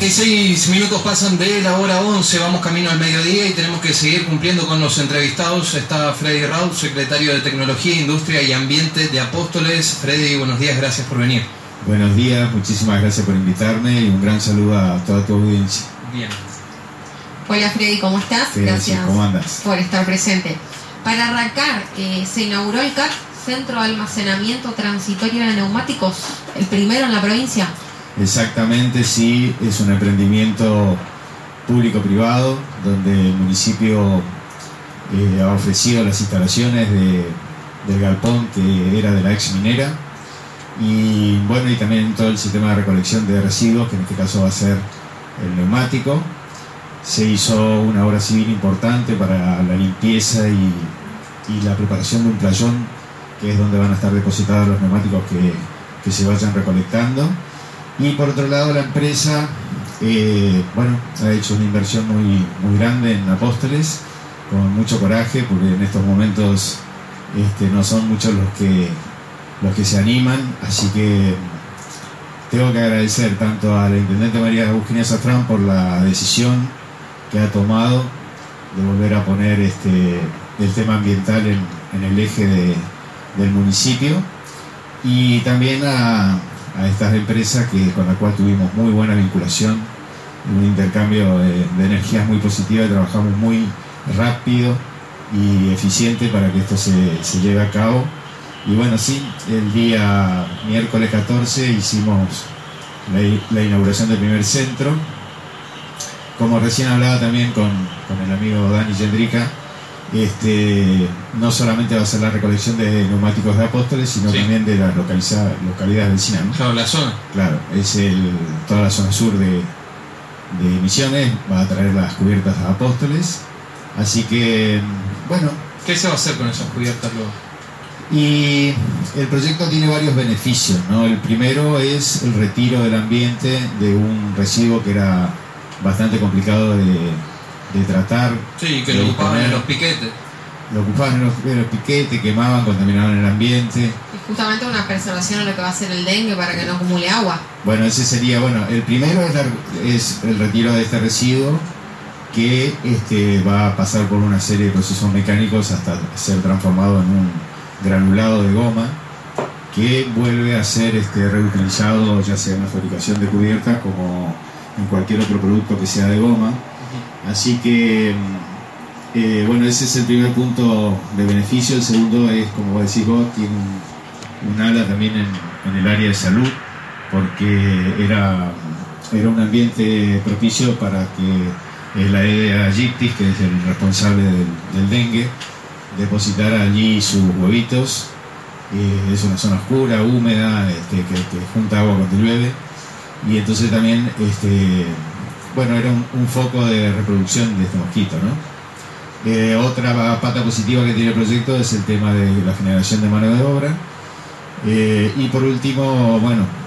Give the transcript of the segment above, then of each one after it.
46 minutos pasan de la hora 11, vamos camino al mediodía y tenemos que seguir cumpliendo con los entrevistados. Está Freddy Raut, secretario de Tecnología, Industria y Ambiente de Apóstoles. Freddy, buenos días, gracias por venir. Buenos días, muchísimas gracias por invitarme y un gran saludo a toda tu audiencia. Bien. Hola Freddy, ¿cómo estás? Gracias. ¿Cómo andas? Por estar presente. Para arrancar, se inauguró el CAT, Centro de Almacenamiento Transitorio de Neumáticos, el primero en la provincia. Exactamente, sí, es un emprendimiento público-privado donde el municipio ha ofrecido las instalaciones del galpón que era de la ex minera y bueno, y también todo el sistema de recolección de residuos, que en este caso va a ser el neumático. Se hizo una obra civil importante para la limpieza y la preparación de un playón, que es donde van a estar depositados los neumáticos que se vayan recolectando. Y por otro lado, la empresa ha hecho una inversión muy grande en Apóstoles, con mucho coraje, porque en estos momentos no son muchos los que se animan, así que tengo que agradecer tanto a la intendente María Eugenia Safrán por la decisión que ha tomado de volver a poner el tema ambiental en el eje del municipio, y también a estas empresas con la cual tuvimos muy buena vinculación, un intercambio de energías muy positiva, y trabajamos muy rápido y eficiente para que esto se lleve a cabo. Y bueno, sí, el día miércoles 14 hicimos la inauguración del primer centro. Como recién hablaba también con el amigo Dani Yendrica, no solamente va a ser la recolección de neumáticos de Apóstoles, sino sí, también de las localidades vecinas, ¿no? Claro, la zona. Claro, es toda la zona sur de Misiones, va a traer las cubiertas de Apóstoles, así que, bueno. ¿Qué se va a hacer con esas cubiertas luego? Y el proyecto tiene varios beneficios, ¿no? El primero es el retiro del ambiente de un residuo que era bastante complicado de tratar. Sí, que lo ocupaban en los piquetes. Lo ocupaban en los piquetes, quemaban, contaminaban el ambiente. Y justamente una preservación a lo que va a ser el dengue para que no acumule agua. Bueno, ese sería, el primero es el retiro de este residuo, que va a pasar por una serie de procesos mecánicos hasta ser transformado en un granulado de goma, que vuelve a ser reutilizado ya sea en la fabricación de cubiertas como en cualquier otro producto que sea de goma. Así que, ese es el primer punto de beneficio. El segundo es, como decís vos, tiene un ala también en el área de salud, porque era un ambiente propicio para que la Aedes aegypti, que es el responsable del dengue, depositara allí sus huevitos. Es una zona oscura, húmeda, que junta agua cuando llueve, y entonces también era un foco de reproducción de este mosquito, ¿no? Otra pata positiva que tiene el proyecto es el tema de la generación de mano de obra. Y por último,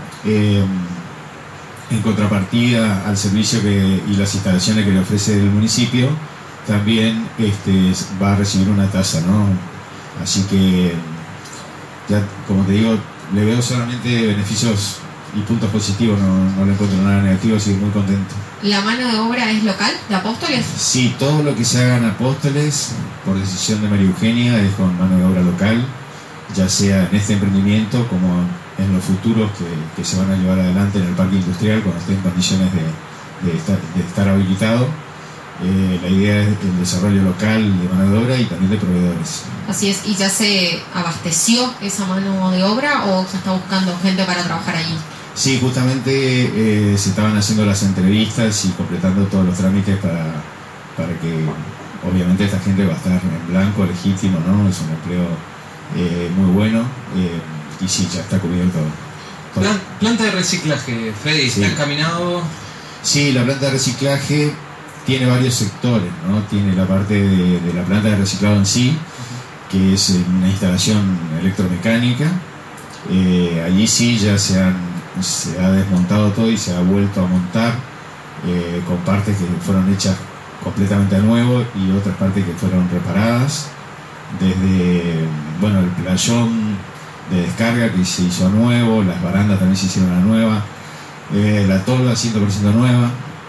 en contrapartida al servicio y las instalaciones que le ofrece el municipio, también va a recibir una tasa, ¿no? Así que, ya como te digo, le veo solamente beneficios y puntos positivos, no le encuentro nada negativo, así que muy contento. ¿La mano de obra es local, de Apóstoles? Sí, todo lo que se haga en Apóstoles, por decisión de María Eugenia, es con mano de obra local, ya sea en este emprendimiento como en los futuros que se van a llevar adelante en el parque industrial cuando esté en condiciones de estar habilitado. La idea es el desarrollo local de mano de obra y también de proveedores. Así es. ¿Y ya se abasteció esa mano de obra o se está buscando gente para trabajar allí? Sí, justamente se estaban haciendo las entrevistas y completando todos los trámites para que obviamente esta gente va a estar en blanco, legítimo, ¿no? Es un empleo muy bueno, y sí, ya está cubierto. Planta de reciclaje, Freddy, ¿está encaminado? Sí, la planta de reciclaje tiene varios sectores, ¿no? Tiene la parte de la planta de reciclado en sí, que es una instalación electromecánica. Allí sí ya se ha desmontado todo y se ha vuelto a montar con partes que fueron hechas completamente a nuevo y otras partes que fueron reparadas. Desde el playón de descarga que se hizo a nuevo, las barandas también se hicieron a nueva, la tolva 100% nueva.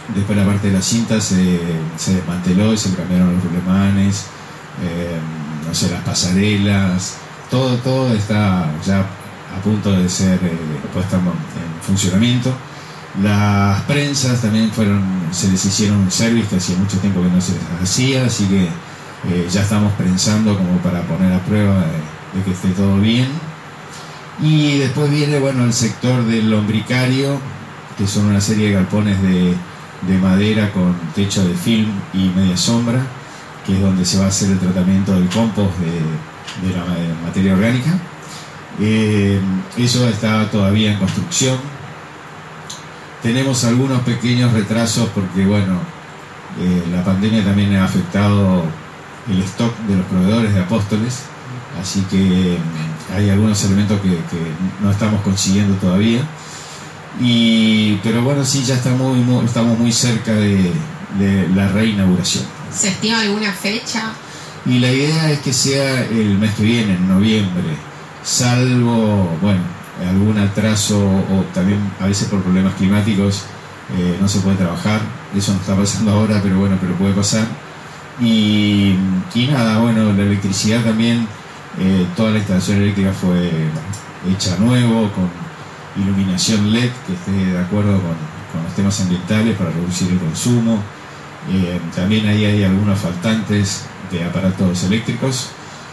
Después la parte de la cinta se desmanteló y se cambiaron los rulemanes, no sé, las pasarelas, todo está ya a punto de ser puesta en funcionamiento. Las prensas también se les hicieron un service que hacía mucho tiempo que no se les hacía, así que ya estamos prensando como para poner a prueba de que esté todo bien. Y después viene, bueno, el sector del lombricario, que son una serie de galpones de madera con techo de film y media sombra, que es donde se va a hacer el tratamiento del compost de la materia orgánica. Eso está todavía en construcción. Tenemos algunos pequeños retrasos porque, bueno, la pandemia también ha afectado el stock de los proveedores de Apóstoles, así que hay algunos elementos que no estamos consiguiendo todavía. Pero bueno, sí, ya estamos muy cerca de la reinauguración. ¿Se estima alguna fecha? Y la idea es que sea el mes que viene, en noviembre, salvo, bueno, algún atraso o también a veces por problemas climáticos no se puede trabajar. Eso no está pasando ahora, pero bueno, pero puede pasar. Y nada, bueno, la electricidad también, toda la instalación eléctrica fue hecha nuevo, con iluminación LED que esté de acuerdo con los temas ambientales para reducir el consumo. También ahí hay algunos faltantes de aparatos eléctricos.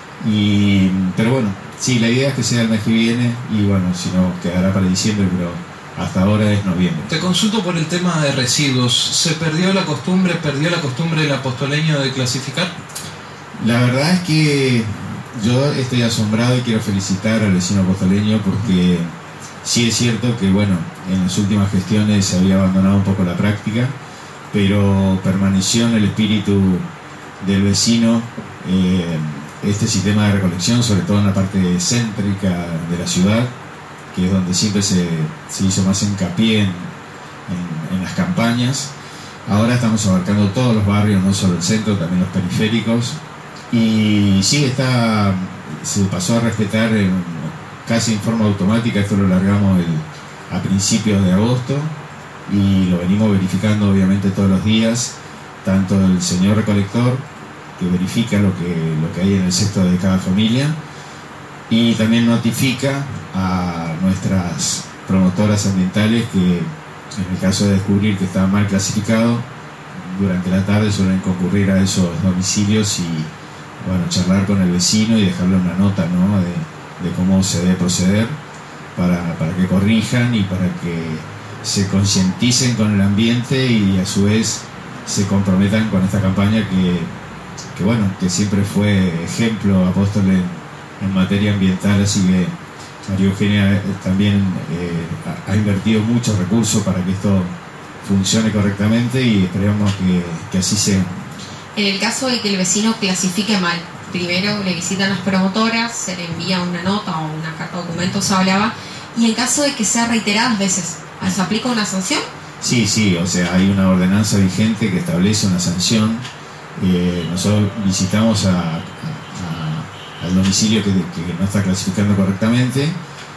Pero bueno, sí, la idea es que sea el mes que viene y bueno, si no quedará para diciembre, pero hasta ahora es noviembre. Te consulto por el tema de residuos. ¿Se perdió la costumbre del apostoleño de clasificar? La verdad es que yo estoy asombrado y quiero felicitar al vecino apostoleño porque sí es cierto que, bueno, en las últimas gestiones se había abandonado un poco la práctica, pero permaneció en el espíritu del vecino este sistema de recolección, sobre todo en la parte céntrica de la ciudad, que es donde siempre se hizo más hincapié en las campañas. Ahora estamos abarcando todos los barrios, no solo el centro, también los periféricos, y sí, se pasó a respetar casi en forma automática. Esto lo largamos a principios de agosto y lo venimos verificando obviamente todos los días, tanto el señor recolector que verifica lo que hay en el cesto de cada familia y también notifica a nuestras promotoras ambientales que en el caso de descubrir que está mal clasificado, durante la tarde suelen concurrir a esos domicilios y bueno, charlar con el vecino y dejarle una nota, ¿no?, de cómo se debe proceder para que corrijan y para que se concienticen con el ambiente y a su vez se comprometan con esta campaña que bueno, que siempre fue ejemplo Apóstoles en materia ambiental, así que María Eugenia también ha invertido muchos recursos para que esto funcione correctamente y esperamos que así sea. En el caso de que el vecino clasifique mal, primero le visitan las promotoras, se le envía una nota o una carta de documento, se hablaba, y en caso de que sea reiteradas veces, ¿se aplica una sanción? Sí, o sea, hay una ordenanza vigente que establece una sanción. Nosotros visitamos al domicilio que no está clasificando correctamente.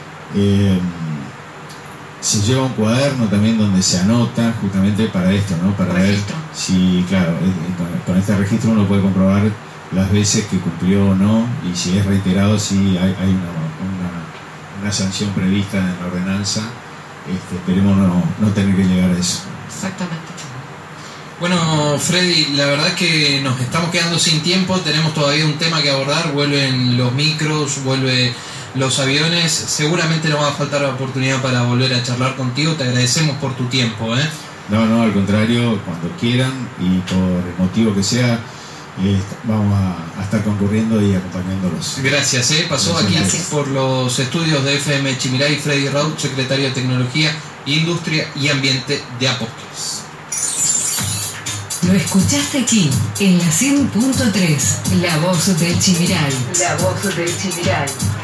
Se lleva un cuaderno también donde se anota justamente para esto, ¿no? Para registro. Ver si, claro, con este registro uno puede comprobar las veces que cumplió o no, y si es reiterado, sí hay una sanción prevista en la ordenanza. Esperemos no tener que llegar a eso. Exactamente. Bueno, Freddy, la verdad es que nos estamos quedando sin tiempo, tenemos todavía un tema que abordar, vuelven los micros, vuelven los aviones, seguramente nos va a faltar la oportunidad para volver a charlar contigo, te agradecemos por tu tiempo. No, al contrario, cuando quieran y por el motivo que sea, vamos a estar concurriendo y acompañándolos. Gracias, pasó aquí por los estudios de FM Chimiray Freddy Raud, secretario de Tecnología, Industria y Ambiente de Apóstoles. Lo escuchaste aquí, en la 100.3, La Voz del Chimiray. La Voz del Chimiray.